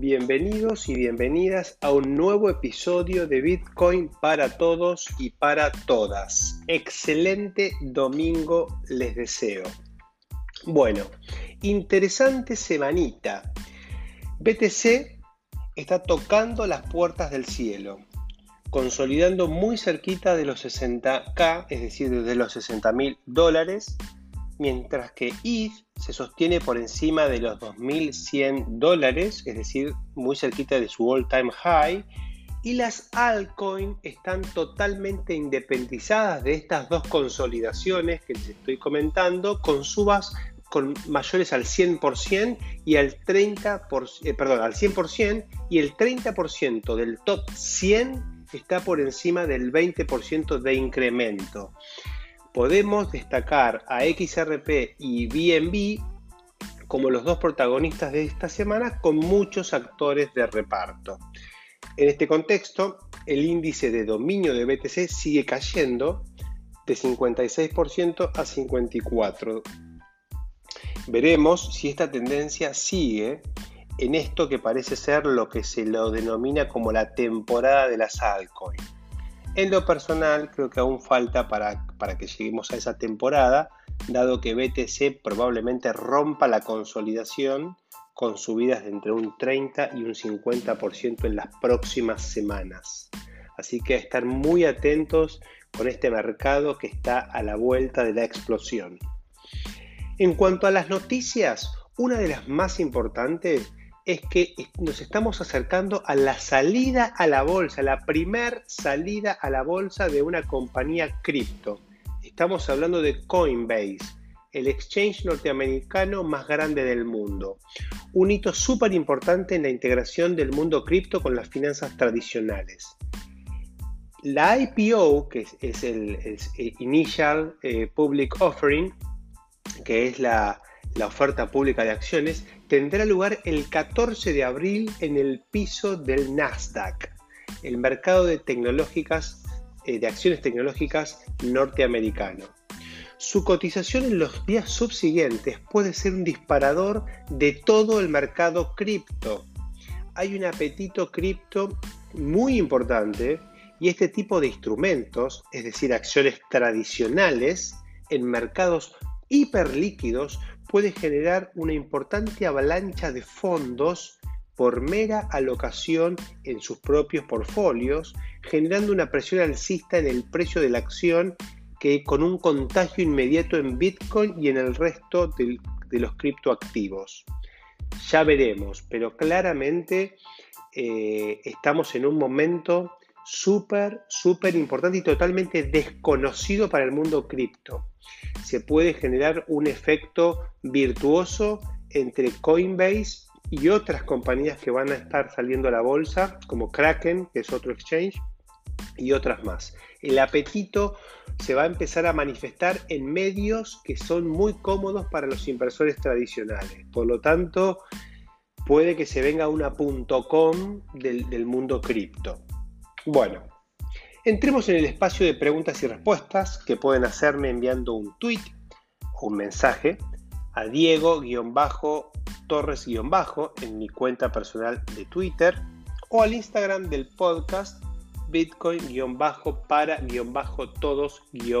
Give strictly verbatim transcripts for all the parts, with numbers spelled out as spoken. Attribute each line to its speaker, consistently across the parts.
Speaker 1: Bienvenidos y bienvenidas a un nuevo episodio de Bitcoin para todos y para todas. Excelente domingo les deseo. Bueno, interesante semanita. B T C está tocando las puertas del cielo, consolidando muy cerquita de los sesenta mil, es decir, desde los sesenta mil dólares, mientras que E T H se sostiene por encima de los dos mil cien dólares, es decir, muy cerquita de su all-time high, y las altcoins están totalmente independizadas de estas dos consolidaciones que les estoy comentando, con subas con mayores al cien por ciento y al treinta por ciento, eh, perdón, al cien por ciento, y el treinta por ciento del top cien está por encima del veinte por ciento de incremento. Podemos destacar a X R P y B N B como los dos protagonistas de esta semana, con muchos actores de reparto. En este contexto, el índice de dominio de B T C sigue cayendo de cincuenta y seis por ciento a cincuenta y cuatro por ciento. Veremos si esta tendencia sigue en esto que parece ser lo que se lo denomina como la temporada de las altcoins. En lo personal, creo que aún falta para, para que lleguemos a esa temporada, dado que B T C probablemente rompa la consolidación con subidas de entre un treinta y un cincuenta por ciento en las próximas semanas. Así que a estar muy atentos con este mercado que está a la vuelta de la explosión. En cuanto a las noticias, una de las más importantes es que nos estamos acercando a la salida a la bolsa, la primer salida a la bolsa de una compañía cripto. Estamos hablando de Coinbase, el exchange norteamericano más grande del mundo. Un hito súper importante en la integración del mundo cripto con las finanzas tradicionales. La I P O, que es, es el es Initial eh, Public Offering, que es la, la oferta pública de acciones, tendrá lugar el catorce de abril en el piso del Nasdaq, el mercado de, tecnológicas, eh, de acciones tecnológicas norteamericano. Su cotización en los días subsiguientes puede ser un disparador de todo el mercado cripto. Hay un apetito cripto muy importante y este tipo de instrumentos, es decir, acciones tradicionales en mercados hiperlíquidos, puede generar una importante avalancha de fondos por mera alocación en sus propios portfolios, generando una presión alcista en el precio de la acción que con un contagio inmediato en Bitcoin y en el resto de, de los criptoactivos. Ya veremos, pero claramente eh, estamos en un momento súper, súper importante y totalmente desconocido para el mundo cripto. Se puede generar un efecto virtuoso entre Coinbase y otras compañías que van a estar saliendo a la bolsa, como Kraken, que es otro exchange, y otras más. El apetito se va a empezar a manifestar en medios que son muy cómodos para los inversores tradicionales. Por lo tanto, puede que se venga una .com del, del mundo cripto. Bueno, entremos en el espacio de preguntas y respuestas que pueden hacerme enviando un tweet o un mensaje a Diego-Torres- en mi cuenta personal de Twitter o al Instagram del podcast Bitcoin-para-todos-.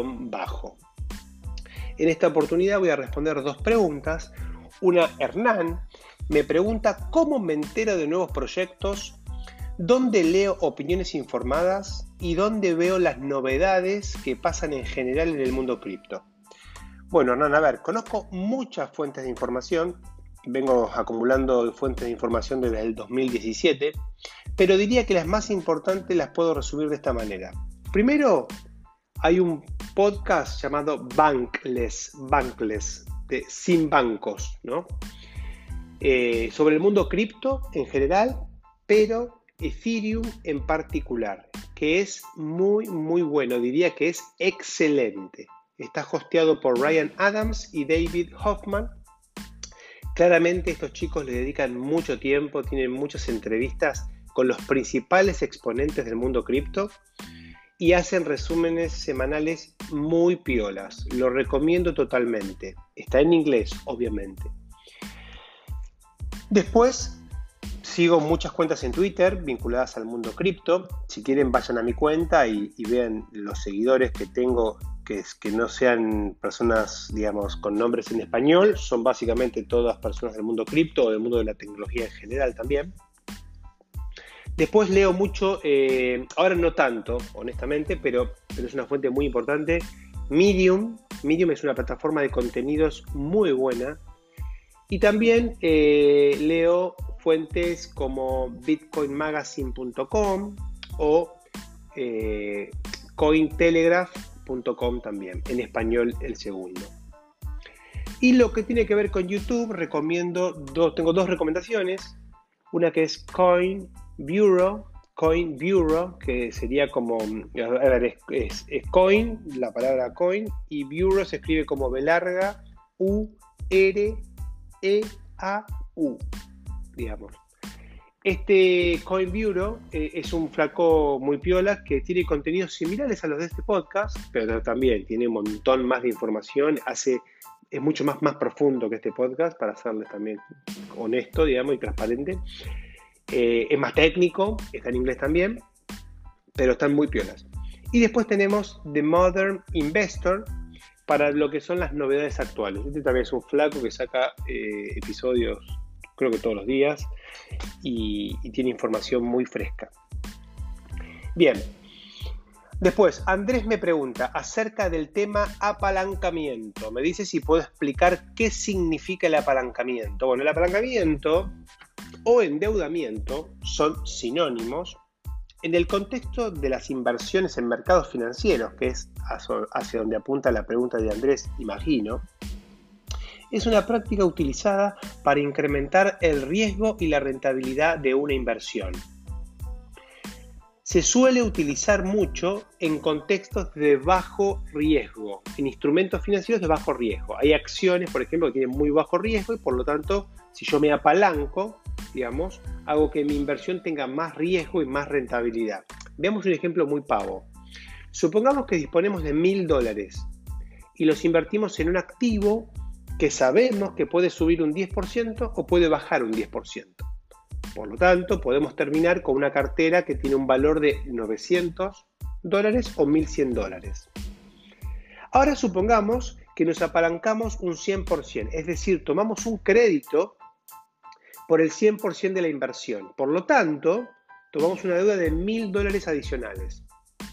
Speaker 1: En esta oportunidad voy a responder dos preguntas. Una, Hernán me pregunta cómo me entero de nuevos proyectos, dónde leo opiniones informadas y dónde veo las novedades que pasan en general en el mundo cripto. Bueno, Hernán, a ver, conozco muchas fuentes de información, vengo acumulando fuentes de información desde el dos mil diecisiete, pero diría que las más importantes las puedo resumir de esta manera. Primero, hay un podcast llamado Bankless, Bankless, de Sin Bancos, ¿no? Eh, sobre el mundo cripto en general, pero Ethereum en particular, que es muy muy bueno, diría que es excelente. Está hosteado por Ryan Adams y David Hoffman. Claramente estos chicos le dedican mucho tiempo, tienen muchas entrevistas con los principales exponentes del mundo cripto y hacen resúmenes semanales muy piolas. Lo recomiendo totalmente. Está en inglés, obviamente. Después sigo muchas cuentas en Twitter vinculadas al mundo cripto. Si quieren, vayan a mi cuenta y, y vean los seguidores que tengo, que, es, que no sean personas, digamos, con nombres en español. Son básicamente todas personas del mundo cripto o del mundo de la tecnología en general también. Después leo mucho, eh, ahora no tanto, honestamente, pero, pero es una fuente muy importante. Medium. Medium es una plataforma de contenidos muy buena. Y también eh, leo fuentes como bitcoin magazine punto com o eh, cointelegraph punto com también, en español el segundo. Y lo que tiene que ver con YouTube, recomiendo dos, tengo dos recomendaciones. Una que es Coin Bureau, Coin Bureau, que sería como, a ver, es, es, es coin, la palabra coin, y bureau se escribe como B larga, U, R, E, A, U, digamos. Este Coin Bureau eh, es un flaco muy piola que tiene contenidos similares a los de este podcast, pero también tiene un montón más de información, hace, es mucho más, más profundo que este podcast, para serles también honesto, digamos, y transparente. Eh, es más técnico, está en inglés también, pero están muy piolas. Y después tenemos The Modern Investor, para lo que son las novedades actuales. Este también es un flaco que saca eh, episodios, creo que todos los días, y, y tiene información muy fresca. Bien. Después, Andrés me pregunta acerca del tema apalancamiento. Me dice si puedo explicar qué significa el apalancamiento. Bueno, el apalancamiento o endeudamiento son sinónimos en el contexto de las inversiones en mercados financieros, que es hacia donde apunta la pregunta de Andrés, imagino. Es una práctica utilizada para incrementar el riesgo y la rentabilidad de una inversión. Se suele utilizar mucho en contextos de bajo riesgo, en instrumentos financieros de bajo riesgo. Hay acciones, por ejemplo, que tienen muy bajo riesgo y por lo tanto, si yo me apalanco, digamos, hago que mi inversión tenga más riesgo y más rentabilidad. Veamos un ejemplo muy pavo. Supongamos que disponemos de mil dólares y los invertimos en un activo que sabemos que puede subir un diez por ciento o puede bajar un diez por ciento. Por lo tanto, podemos terminar con una cartera que tiene un valor de novecientos dólares o mil cien dólares. Ahora supongamos que nos apalancamos un cien por ciento, es decir, tomamos un crédito por el cien por ciento de la inversión. Por lo tanto, tomamos una deuda de mil dólares adicionales.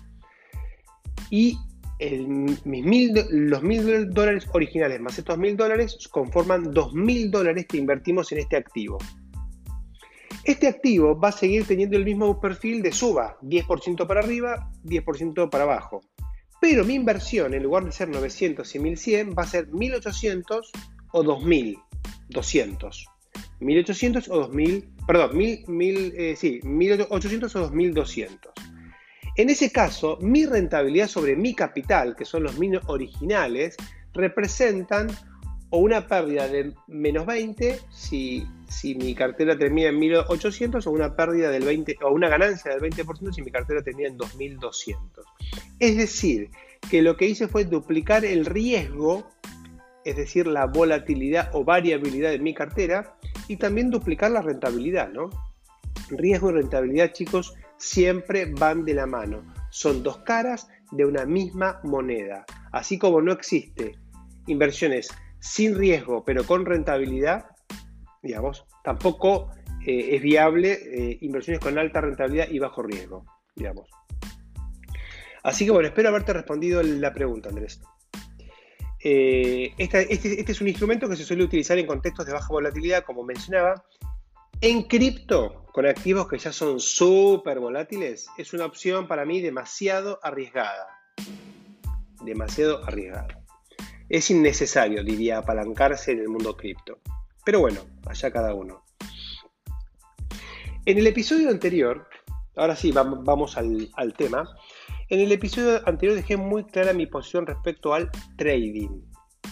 Speaker 1: Y el, mis mil, los mil dólares originales más estos mil dólares conforman dos mil dólares que invertimos en este activo. Este activo va a seguir teniendo el mismo perfil de suba, diez por ciento para arriba, diez por ciento para abajo. Pero mi inversión, en lugar de ser novecientos y mil cien, va a ser mil ochocientos o dos mil doscientos. mil ochocientos o dos mil, perdón, mil, mil, eh, sí, mil ochocientos o dos mil doscientos. En ese caso, mi rentabilidad sobre mi capital, que son los mil originales, representan o una pérdida de menos veinte si, si mi cartera termina en mil ochocientos, o una pérdida del veinte, o una ganancia del veinte por ciento si mi cartera termina en dos mil doscientos. Es decir, que lo que hice fue duplicar el riesgo, es decir, la volatilidad o variabilidad de mi cartera, y también duplicar la rentabilidad, ¿no? Riesgo y rentabilidad, chicos, siempre van de la mano. Son dos caras de una misma moneda. Así como no existe inversiones sin riesgo pero con rentabilidad, digamos, tampoco eh, es viable eh, inversiones con alta rentabilidad y bajo riesgo, digamos. Así que bueno, espero haberte respondido la pregunta, Andrés. Eh, esta, este, este es un instrumento que se suele utilizar en contextos de baja volatilidad, como mencionaba. En cripto, con activos que ya son súper volátiles, es una opción para mí demasiado arriesgada. Demasiado arriesgada. Es innecesario, diría, apalancarse en el mundo cripto. Pero bueno, allá cada uno. En el episodio anterior, ahora sí, vamos, vamos al, al tema. En el episodio anterior dejé muy clara mi posición respecto al trading.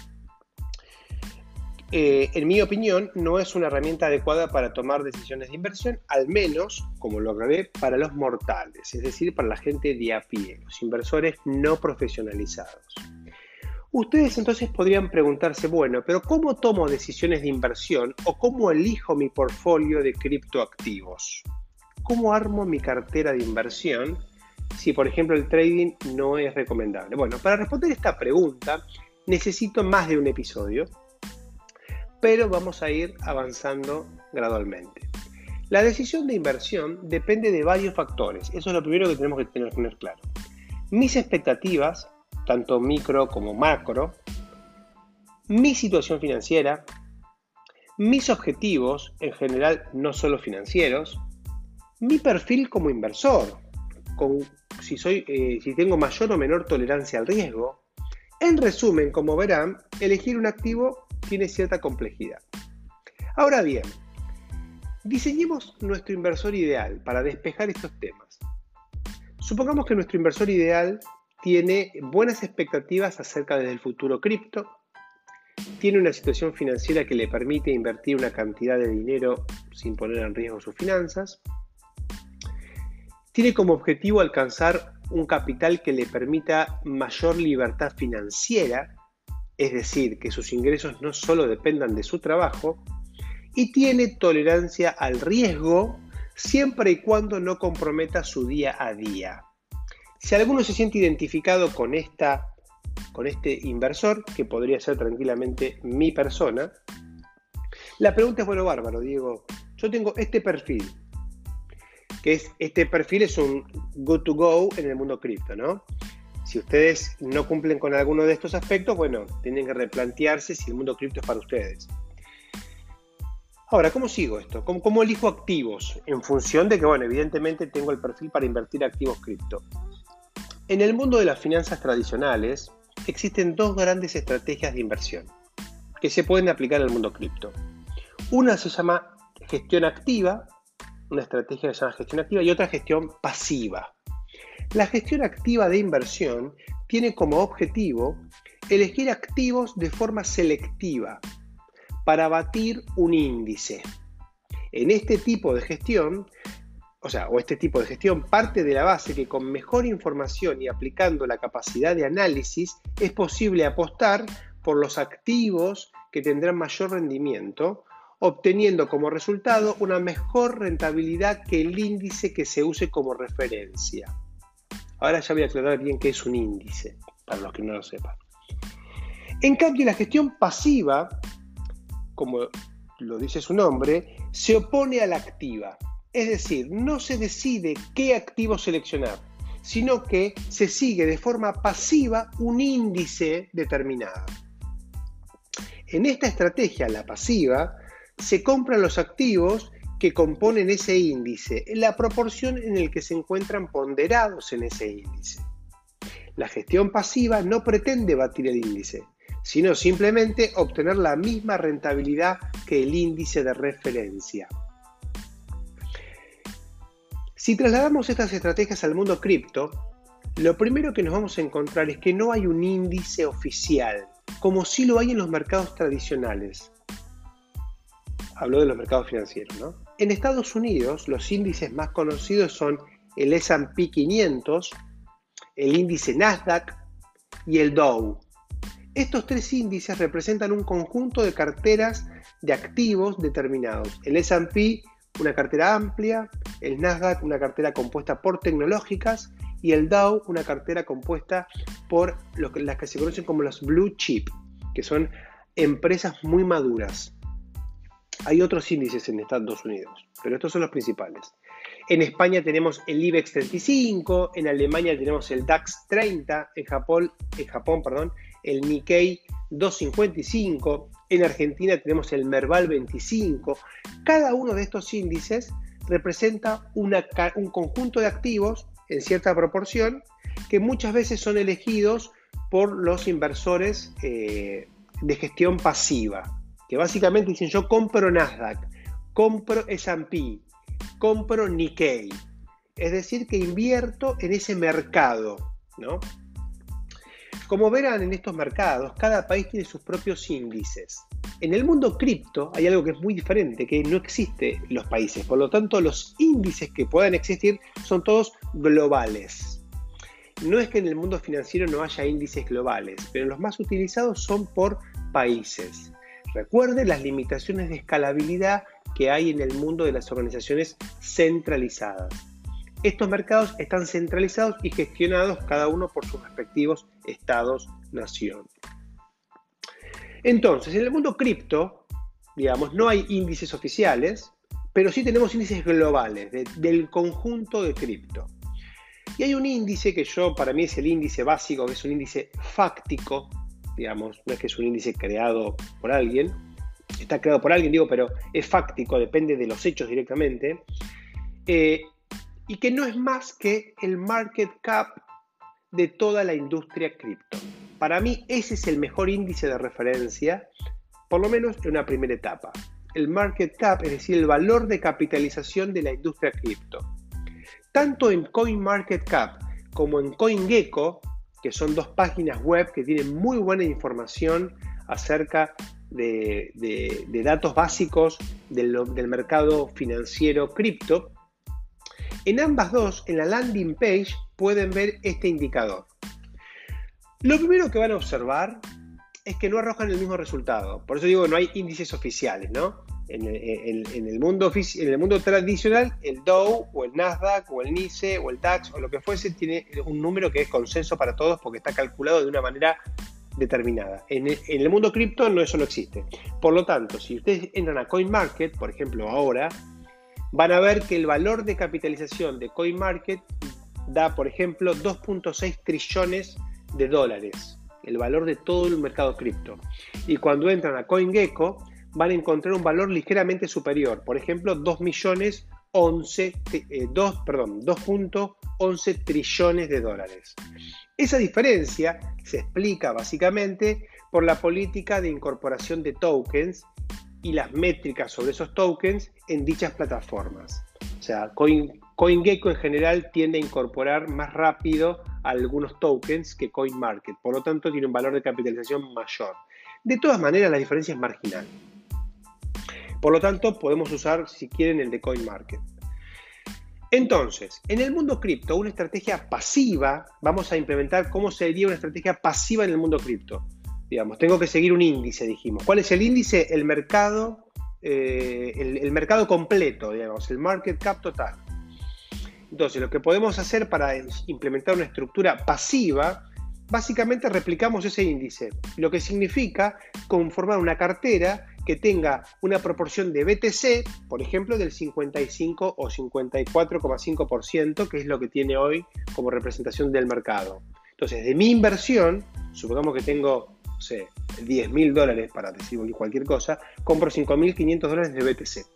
Speaker 1: Eh, en mi opinión, no es una herramienta adecuada para tomar decisiones de inversión, al menos, como lo aclaré, para los mortales, es decir, para la gente de a pie, los inversores no profesionalizados. Ustedes entonces podrían preguntarse, bueno, pero ¿cómo tomo decisiones de inversión o cómo elijo mi portfolio de criptoactivos? ¿Cómo armo mi cartera de inversión si, por ejemplo, el trading no es recomendable? Bueno, para responder esta pregunta necesito más de un episodio, pero vamos a ir avanzando gradualmente. La decisión de inversión depende de varios factores. Eso es lo primero que tenemos que tener, tener claro. Mis expectativas, tanto micro como macro, mi situación financiera, mis objetivos, en general no solo financieros, mi perfil como inversor, con, si, soy, eh, si tengo mayor o menor tolerancia al riesgo. En resumen, como verán, elegir un activo tiene cierta complejidad. Ahora bien, diseñemos nuestro inversor ideal para despejar estos temas. Supongamos que nuestro inversor ideal tiene buenas expectativas acerca del futuro cripto, tiene una situación financiera que le permite invertir una cantidad de dinero sin poner en riesgo sus finanzas, tiene como objetivo alcanzar un capital que le permita mayor libertad financiera, es decir, que sus ingresos no solo dependan de su trabajo, y tiene tolerancia al riesgo siempre y cuando no comprometa su día a día. Si alguno se siente identificado con, esta, con este inversor, que podría ser tranquilamente mi persona, la pregunta es, bueno, bárbaro, Diego, yo tengo este perfil, que es, este perfil es un good to go en el mundo cripto, ¿no? Si ustedes no cumplen con alguno de estos aspectos, bueno, tienen que replantearse si el mundo cripto es para ustedes. Ahora, ¿cómo sigo esto? ¿Cómo, cómo elijo activos? En función de que, bueno, evidentemente tengo el perfil para invertir activos cripto. En el mundo de las finanzas tradicionales, existen dos grandes estrategias de inversión que se pueden aplicar al mundo cripto. Una se llama gestión activa, una estrategia que se llama gestión activa, y otra gestión pasiva. La gestión activa de inversión tiene como objetivo elegir activos de forma selectiva para batir un índice. En este tipo de gestión, o sea, o este tipo de gestión parte de la base que con mejor información y aplicando la capacidad de análisis es posible apostar por los activos que tendrán mayor rendimiento, obteniendo como resultado una mejor rentabilidad que el índice que se use como referencia. Ahora ya voy a aclarar bien qué es un índice, para los que no lo sepan. En cambio, la gestión pasiva, como lo dice su nombre, se opone a la activa. Es decir, no se decide qué activo seleccionar, sino que se sigue de forma pasiva un índice determinado. En esta estrategia, la pasiva, se compran los activos que componen ese índice, en la proporción en la que se encuentran ponderados en ese índice. La gestión pasiva no pretende batir el índice, sino simplemente obtener la misma rentabilidad que el índice de referencia. Si trasladamos estas estrategias al mundo cripto, lo primero que nos vamos a encontrar es que no hay un índice oficial, como sí lo hay en los mercados tradicionales. Hablo de los mercados financieros, ¿no? En Estados Unidos, los índices más conocidos son el ese and pe quinientos, el índice Nasdaq y el Dow. Estos tres índices representan un conjunto de carteras de activos determinados. El ese and pe, una cartera amplia, el Nasdaq, una cartera compuesta por tecnológicas, y el Dow, una cartera compuesta por lo que, las que se conocen como los blue chip, que son empresas muy maduras. Hay otros índices en Estados Unidos, pero estos son los principales. En España tenemos el IBEX treinta y cinco, en Alemania tenemos el DAX treinta, en Japón, en Japón perdón, el Nikkei doscientos cincuenta y cinco, en Argentina tenemos el Merval veinticinco. Cada uno de estos índices representa una, un conjunto de activos en cierta proporción que muchas veces son elegidos por los inversores eh, de gestión pasiva, que básicamente dicen: yo compro Nasdaq, compro ese and pe, compro Nikkei. Es decir, que invierto en ese mercado, ¿no? Como verán, en estos mercados, cada país tiene sus propios índices. En el mundo cripto hay algo que es muy diferente, que no existe los países. Por lo tanto, los índices que puedan existir son todos globales. no es que en el mundo financiero no haya índices globales, pero los más utilizados son por países. Recuerden las limitaciones de escalabilidad que hay en el mundo de las organizaciones centralizadas. Estos mercados están centralizados y gestionados cada uno por sus respectivos estados-nación. Entonces, en el mundo cripto, digamos, no hay índices oficiales, pero sí tenemos índices globales de, del conjunto de cripto. Y hay un índice que yo, para mí es el índice básico, que es un índice fáctico, digamos, no es que es un índice creado por alguien, está creado por alguien, digo, pero es fáctico, depende de los hechos directamente, eh, y que no es más que el market cap de toda la industria cripto. Para mí ese es el mejor índice de referencia, por lo menos en una primera etapa. El market cap, es decir, el valor de capitalización de la industria cripto. Tanto en CoinMarketCap como en CoinGecko, que son dos páginas web que tienen muy buena información acerca de, de, de datos básicos del, del mercado financiero cripto, en ambas dos, en la landing page, pueden ver este indicador. Lo primero que van a observar es que no arrojan el mismo resultado. Por eso digo que no hay índices oficiales, ¿no? En el, en, en el mundo, en el mundo tradicional, el Dow o el Nasdaq o el NYSE o el DAX o lo que fuese tiene un número que es consenso para todos porque está calculado de una manera determinada. En el, en el mundo cripto no, eso no existe. Por lo tanto, si ustedes entran a CoinMarket, por ejemplo ahora, van a ver que el valor de capitalización de CoinMarket da, por ejemplo, dos punto seis trillones de dólares, el valor de todo el mercado cripto. Y cuando entran a CoinGecko, van a encontrar un valor ligeramente superior, por ejemplo, dos millones once, eh, dos, perdón, dos punto once trillones de dólares. Esa diferencia se explica básicamente por la política de incorporación de tokens y las métricas sobre esos tokens en dichas plataformas. O sea, Coin, CoinGecko en general tiende a incorporar más rápido algunos tokens que CoinMarket, por lo tanto tiene un valor de capitalización mayor. De todas maneras, la diferencia es marginal. Por lo tanto, podemos usar, si quieren, el de CoinMarket. Entonces, en el mundo cripto, una estrategia pasiva, vamos a implementar cómo sería una estrategia pasiva en el mundo cripto. Digamos, tengo que seguir un índice, dijimos. ¿Cuál es el índice? El mercado, eh, el, el mercado completo, digamos, el market cap total. Entonces, lo que podemos hacer para implementar una estructura pasiva, básicamente replicamos ese índice, lo que significa conformar una cartera que tenga una proporción de B T C, por ejemplo, del cincuenta y cinco o cincuenta y cuatro coma cinco por ciento, que es lo que tiene hoy como representación del mercado. Entonces, de mi inversión, supongamos que tengo, no sé, diez mil dólares, para decir cualquier cosa, compro cinco mil quinientos dólares de B T C.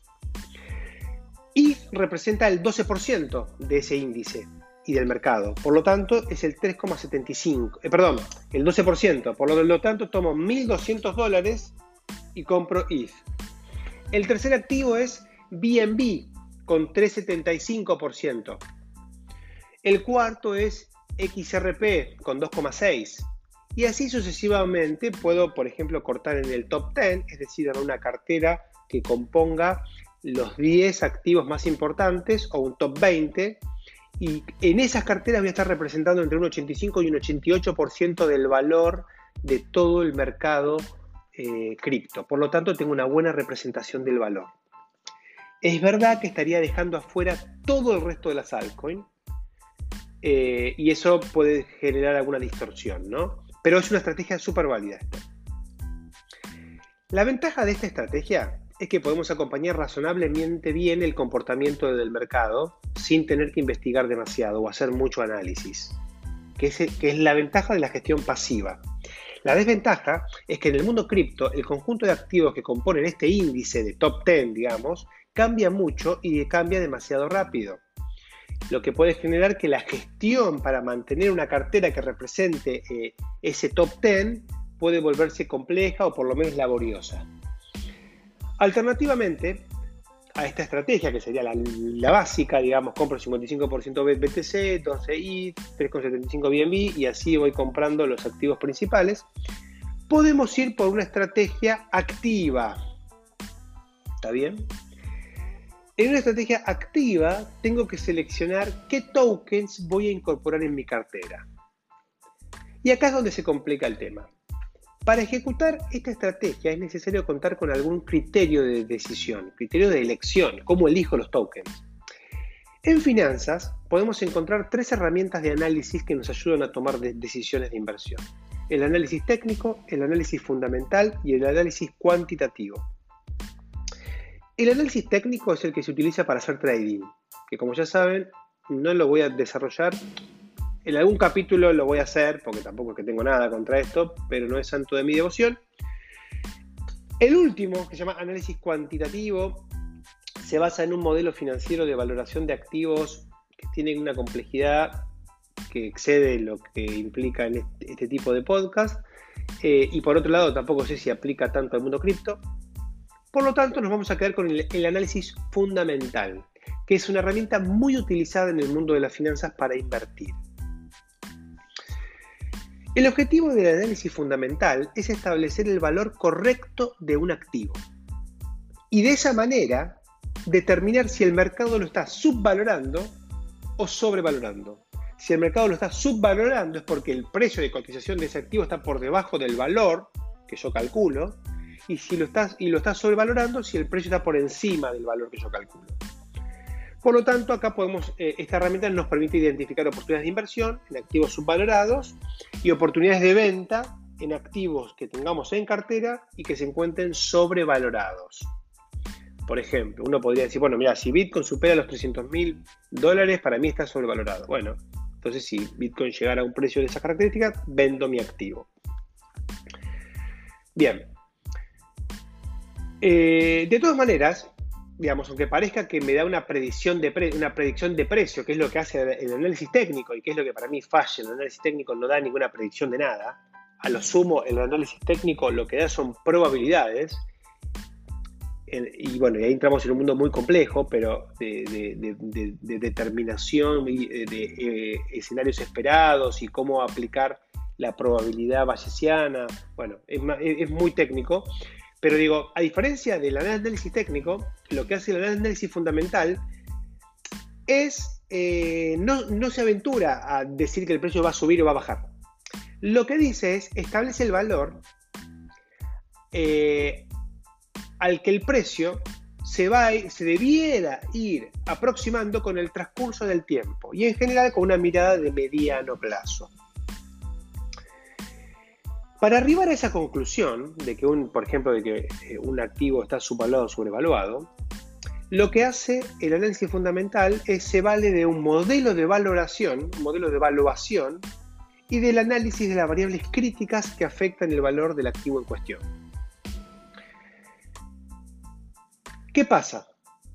Speaker 1: Y representa el doce por ciento de ese índice y del mercado. Por lo tanto, es el tres coma setenta y cinco, eh, perdón, el doce por ciento. Por lo tanto, tomo mil doscientos dólares y compro E T H. El tercer activo es B N B con tres coma setenta y cinco por ciento. El cuarto es X R P con dos coma seis por ciento. Y así sucesivamente puedo, por ejemplo, cortar en el top diez, es decir, en una cartera que componga los diez activos más importantes o un top veinte. Y en esas carteras voy a estar representando entre un ochenta y cinco y un ochenta y ocho por ciento del valor de todo el mercado eh, cripto. Por lo tanto, tengo una buena representación del valor. Es verdad que estaría dejando afuera todo el resto de las altcoins eh, y eso puede generar alguna distorsión, ¿no? Pero es una estrategia súper válida esta. La ventaja de esta estrategia es que podemos acompañar razonablemente bien el comportamiento del mercado sin tener que investigar demasiado o hacer mucho análisis, que es, que es la ventaja de la gestión pasiva. La desventaja es que en el mundo cripto el conjunto de activos que componen este índice de top diez, digamos, cambia mucho y cambia demasiado rápido, lo que puede generar que la gestión para mantener una cartera que represente eh, ese top diez puede volverse compleja o por lo menos laboriosa. Alternativamente a esta estrategia, que sería la, la básica, digamos, compro cincuenta y cinco por ciento B T C, doce E T H, tres coma setenta y cinco B N B y así voy comprando los activos principales, podemos ir por una estrategia activa. ¿Está bien? En una estrategia activa tengo que seleccionar qué tokens voy a incorporar en mi cartera. Y acá es donde se complica el tema. Para ejecutar esta estrategia es necesario contar con algún criterio de decisión, criterio de elección, cómo elijo los tokens. En finanzas podemos encontrar tres herramientas de análisis que nos ayudan a tomar decisiones de inversión. El análisis técnico, el análisis fundamental y el análisis cuantitativo. El análisis técnico es el que se utiliza para hacer trading, que como ya saben, no lo voy a desarrollar. En algún capítulo lo voy a hacer, porque tampoco es que tengo nada contra esto, pero no es santo de mi devoción. El último, que se llama análisis cuantitativo, se basa en un modelo financiero de valoración de activos que tienen una complejidad que excede lo que implica en este, este tipo de podcast. Eh, y por otro lado, tampoco sé si aplica tanto al mundo cripto. Por lo tanto, nos vamos a quedar con el, el análisis fundamental, que es una herramienta muy utilizada en el mundo de las finanzas para invertir. El objetivo del análisis fundamental es establecer el valor correcto de un activo y de esa manera determinar si el mercado lo está subvalorando o sobrevalorando. Si el mercado lo está subvalorando es porque el precio de cotización de ese activo está por debajo del valor que yo calculo, y si lo está, y lo está sobrevalorando si el precio está por encima del valor que yo calculo. Por lo tanto, acá podemos, eh, esta herramienta nos permite identificar oportunidades de inversión en activos subvalorados y oportunidades de venta en activos que tengamos en cartera y que se encuentren sobrevalorados. Por ejemplo, uno podría decir, bueno, mira, si Bitcoin supera los trescientos mil dólares, para mí está sobrevalorado. Bueno, entonces si Bitcoin llegara a un precio de esas características, vendo mi activo. Bien. Eh, de todas maneras, digamos, aunque parezca que me da una predicción, de pre una predicción de precio, que es lo que hace el análisis técnico y que es lo que para mí falla, el análisis técnico no da ninguna predicción de nada. A lo sumo, el análisis técnico lo que da son probabilidades. Y bueno, y ahí entramos en un mundo muy complejo, pero de, de, de, de, de determinación de, de eh, escenarios esperados y cómo aplicar la probabilidad bayesiana. Bueno, es, es muy técnico, pero digo, a diferencia del análisis técnico, lo que hace el análisis fundamental es, eh, no, no se aventura a decir que el precio va a subir o va a bajar. Lo que dice es, establece el valor eh, al que el precio se, va, se debiera ir aproximando con el transcurso del tiempo y en general con una mirada de mediano plazo. Para arribar a esa conclusión de que, un, por ejemplo, de que un activo está subvaluado o sobrevaluado, lo que hace el análisis fundamental es se vale de un modelo de valoración, un modelo de evaluación y del análisis de las variables críticas que afectan el valor del activo en cuestión. ¿Qué pasa?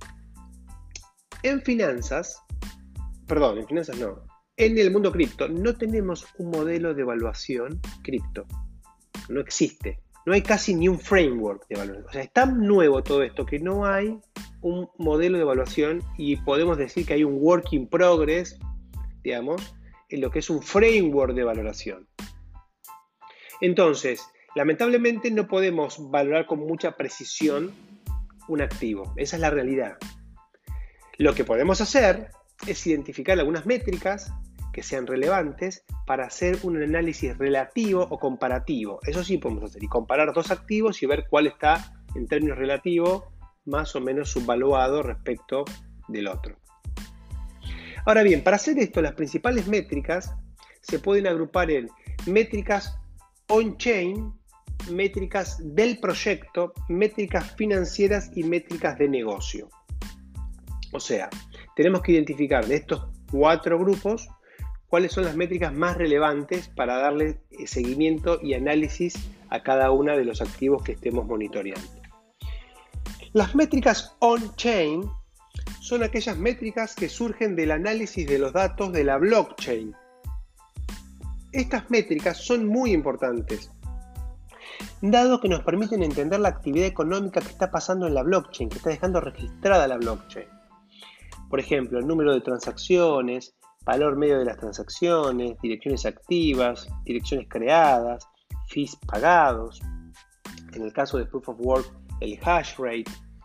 Speaker 1: En finanzas, perdón, en finanzas no, en el mundo cripto no tenemos un modelo de evaluación cripto. No existe. No hay casi ni un framework de evaluación. O sea, es tan nuevo todo esto que no hay un modelo de evaluación y podemos decir que hay un work in progress, digamos, en lo que es un framework de valoración. Entonces, lamentablemente no podemos valorar con mucha precisión un activo. Esa es la realidad. Lo que podemos hacer es identificar algunas métricas que sean relevantes para hacer un análisis relativo o comparativo. Eso sí podemos hacer, y comparar dos activos y ver cuál está en términos relativos más o menos subvaluado respecto del otro. Ahora bien, para hacer esto, las principales métricas se pueden agrupar en métricas on-chain, métricas del proyecto, métricas financieras y métricas de negocio. O sea, tenemos que identificar de estos cuatro grupos cuáles son las métricas más relevantes para darle seguimiento y análisis a cada uno de los activos que estemos monitoreando. Las métricas on-chain son aquellas métricas que surgen del análisis de los datos de la blockchain. Estas métricas son muy importantes, dado que nos permiten entender la actividad económica que está pasando en la blockchain, que está dejando registrada la blockchain. Por ejemplo, el número de transacciones, valor medio de las transacciones, direcciones activas, direcciones creadas, fees pagados. En el caso de Proof of Work, el hash rate.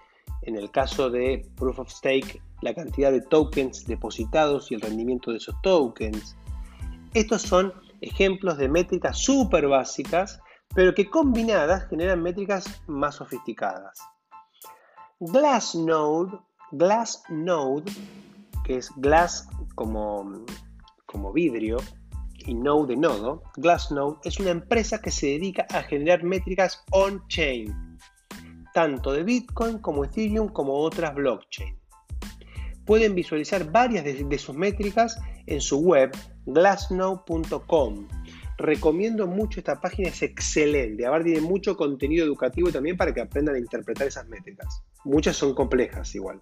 Speaker 1: En el caso de Proof of Stake, la cantidad de tokens depositados y el rendimiento de esos tokens. Estos son ejemplos de métricas súper básicas, pero que combinadas generan métricas más sofisticadas. Glassnode, Glassnode, que es glass como, como vidrio y node de nodo, Glassnode es una empresa que se dedica a generar métricas on-chain, tanto de Bitcoin como Ethereum como otras blockchain. Pueden visualizar varias de, de sus métricas en su web glassnode punto com. Recomiendo mucho esta página, es excelente. Aparte tiene mucho contenido educativo también para que aprendan a interpretar esas métricas. Muchas son complejas igual.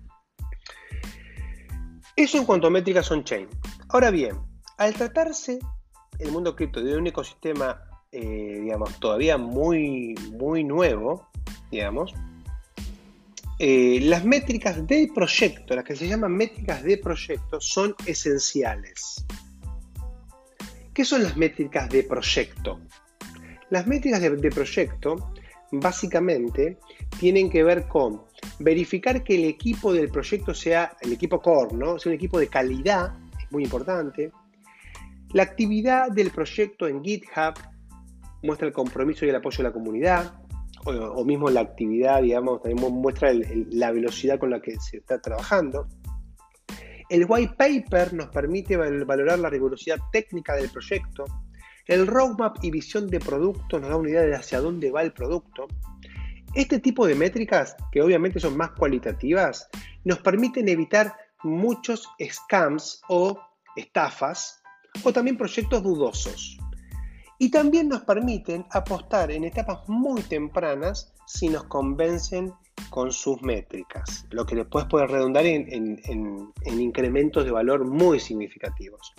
Speaker 1: Eso en cuanto a métricas on-chain. Ahora bien, al tratarse el mundo cripto de un ecosistema, eh, digamos, todavía muy, muy nuevo, digamos, eh, las métricas de proyecto, las que se llaman métricas de proyecto, son esenciales. ¿Qué son las métricas de proyecto? Las métricas de, de proyecto básicamente tienen que ver con verificar que el equipo del proyecto sea el equipo core, ¿no? Sea un equipo de calidad, es muy importante. La actividad del proyecto en GitHub muestra el compromiso y el apoyo de la comunidad, o, o mismo la actividad, digamos, también muestra el, el, la velocidad con la que se está trabajando. El white paper nos permite valorar la rigurosidad técnica del proyecto. El roadmap y visión de producto nos da una idea de hacia dónde va el producto. Este tipo de métricas, que obviamente son más cualitativas, nos permiten evitar muchos scams o estafas, o también proyectos dudosos. Y también nos permiten apostar en etapas muy tempranas si nos convencen con sus métricas, lo que después puede redundar en, en, en, en incrementos de valor muy significativos.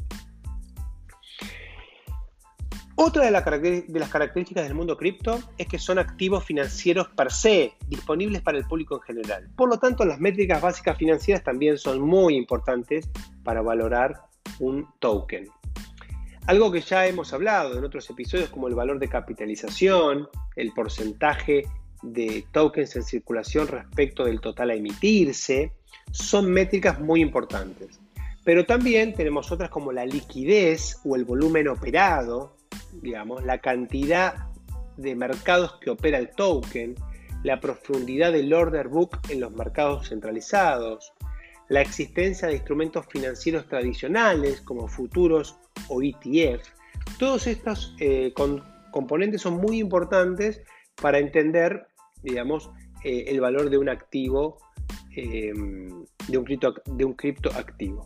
Speaker 1: Otra de, la, de las características del mundo cripto es que son activos financieros per se, disponibles para el público en general. Por lo tanto, las métricas básicas financieras también son muy importantes para valorar un token. Algo que ya hemos hablado en otros episodios, como el valor de capitalización, el porcentaje de tokens en circulación respecto del total a emitirse, son métricas muy importantes. Pero también tenemos otras como la liquidez o el volumen operado, digamos, la cantidad de mercados que opera el token, la profundidad del order book en los mercados centralizados, la existencia de instrumentos financieros tradicionales como futuros o E T F. Todos estos eh, con, componentes son muy importantes para entender, digamos, eh, el valor de un activo, eh, de un cripto, de un criptoactivo.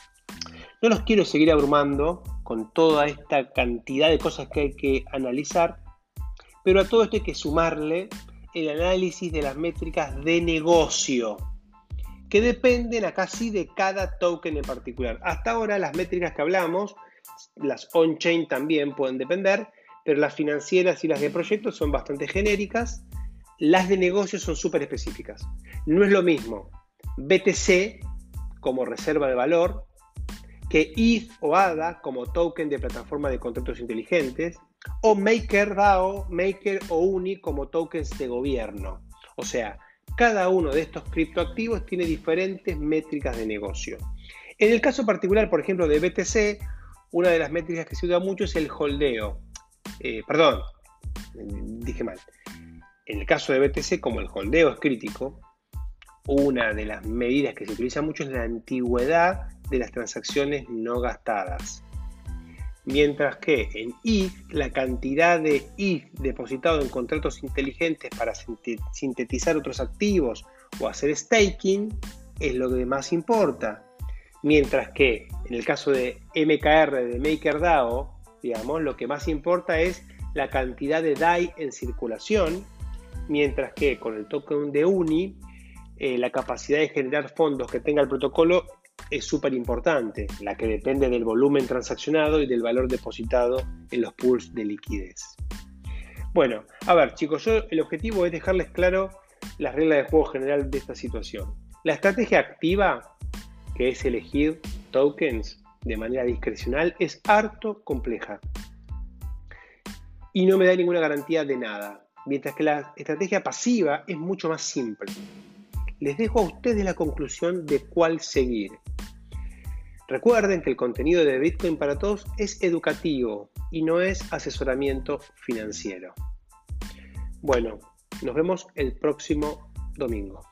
Speaker 1: No los quiero seguir abrumando con toda esta cantidad de cosas que hay que analizar, pero a todo esto hay que sumarle el análisis de las métricas de negocio, que dependen acá sí de cada token en particular. Hasta ahora las métricas que hablamos, las on-chain también pueden depender, pero las financieras y las de proyectos son bastante genéricas. Las de negocio son súper específicas. No es lo mismo B T C como reserva de valor que E T H o A D A como token de plataforma de contratos inteligentes, o MakerDAO, Maker o Uni como tokens de gobierno. O sea, cada uno de estos criptoactivos tiene diferentes métricas de negocio. En el caso particular, por ejemplo, de B T C, una de las métricas que se usa mucho es el holdeo. Eh, perdón, dije mal. En el caso de B T C, como el holdeo es crítico, una de las medidas que se utiliza mucho es la antigüedad de las transacciones no gastadas. Mientras que en E T H, la cantidad de E T H depositado en contratos inteligentes para sintetizar otros activos o hacer staking es lo que más importa. Mientras que en el caso de M K R, de MakerDAO, digamos, lo que más importa es la cantidad de D A I en circulación, mientras que con el token de Uni, eh, la capacidad de generar fondos que tenga el protocolo es súper importante, la que depende del volumen transaccionado y del valor depositado en los pools de liquidez. Bueno, a ver chicos, yo el objetivo es dejarles claro las reglas de juego general de esta situación. La estrategia activa, que es elegir tokens de manera discrecional, es harto compleja y no me da ninguna garantía de nada, mientras que la estrategia pasiva es mucho más simple. Les dejo a ustedes la conclusión de cuál seguir. Recuerden que el contenido de Bitcoin para Todos es educativo y no es asesoramiento financiero. Bueno, nos vemos el próximo domingo.